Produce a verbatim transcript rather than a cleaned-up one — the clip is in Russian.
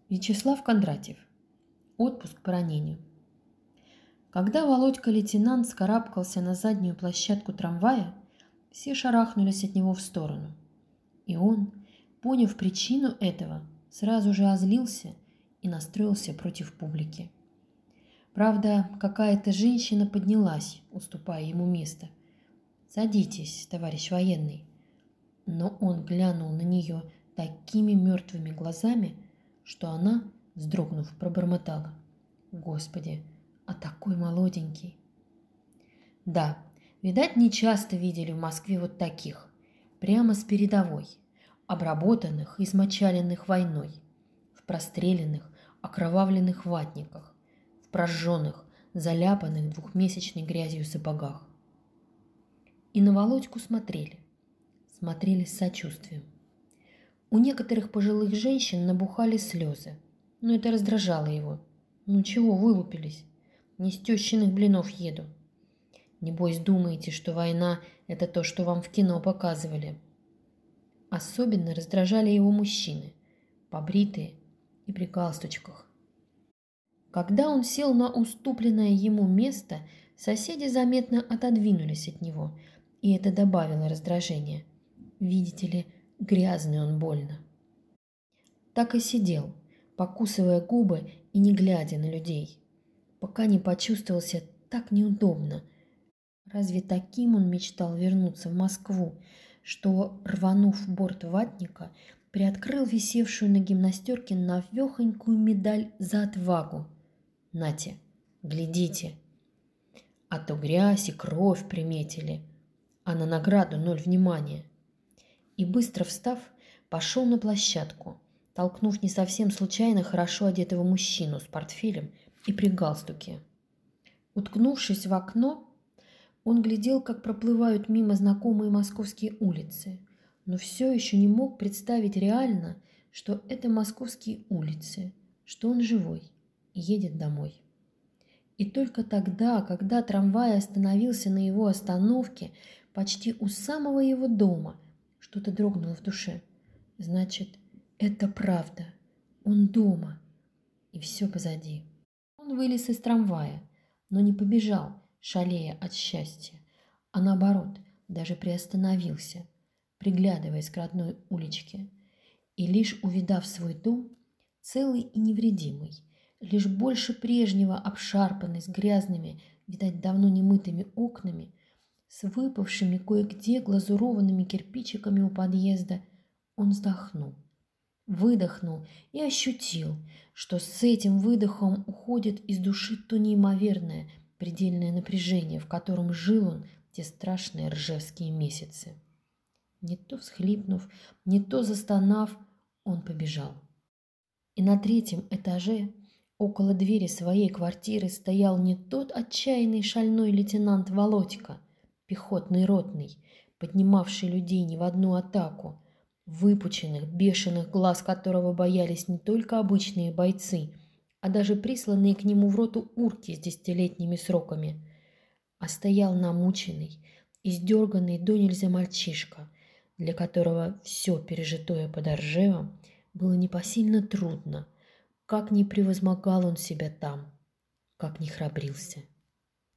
Вячеслав Кондратьев. Отпуск по ранению. Когда Володька-лейтенант скарабкался на заднюю площадку трамвая, все шарахнулись от него в сторону. И он, поняв причину этого, сразу же озлился и настроился против публики. Правда, какая-то женщина поднялась, уступая ему место. «Садитесь, товарищ военный». Но он глянул на нее такими мертвыми глазами, что она, вздрогнув, пробормотала: «Господи, а такой молоденький!» Да, видать, не часто видели в Москве вот таких, прямо с передовой, обработанных, измочаленных войной, в простреленных, окровавленных ватниках, в прожженных, заляпанных двухмесячной грязью сапогах. И на Володьку смотрели, смотрели с сочувствием. У некоторых пожилых женщин набухали слезы, но это раздражало его. «Ну чего вылупились? Не с тещиных блинов еду. Небось думаете, что война – это то, что вам в кино показывали». Особенно раздражали его мужчины, побритые и при галстучках. Когда он сел на уступленное ему место, соседи заметно отодвинулись от него, и это добавило раздражения. Видите ли, грязный он больно. Так и сидел, покусывая губы и не глядя на людей, пока не почувствовал себя так неудобно. Разве таким он мечтал вернуться в Москву, что, рванув борт ватника, приоткрыл висевшую на гимнастерке навехонькую медаль за отвагу? Нате, глядите. А то грязь и кровь приметили, а на награду ноль внимания. И быстро встав, пошел на площадку, толкнув не совсем случайно хорошо одетого мужчину с портфелем и при галстуке. Уткнувшись в окно, он глядел, как проплывают мимо знакомые московские улицы, но все еще не мог представить реально, что это московские улицы, что он живой и едет домой. И только тогда, когда трамвай остановился на его остановке, почти у самого его дома, что-то дрогнуло в душе. Значит, это правда. Он дома. И все позади. Он вылез из трамвая, но не побежал, шалея от счастья, а наоборот, даже приостановился, приглядываясь к родной уличке. И лишь увидав свой дом, целый и невредимый, лишь больше прежнего обшарпанный, с грязными, видать, давно немытыми окнами, с выпавшими кое-где глазурованными кирпичиками у подъезда, он вздохнул, выдохнул и ощутил, что с этим выдохом уходит из души то неимоверное, предельное напряжение, в котором жил он те страшные ржевские месяцы. Не то всхлипнув, не то застонав, он побежал. И на третьем этаже, около двери своей квартиры, стоял не тот отчаянный шальной лейтенант Володька, пехотный ротный, поднимавший людей не в одну атаку, выпученных, бешеных глаз которого боялись не только обычные бойцы, а даже присланные к нему в роту урки с десятилетними сроками, а стоял намученный, издерганный до нельзя мальчишка, для которого все пережитое под Ржевом было непосильно трудно, как ни превозмогал он себя там, как ни храбрился.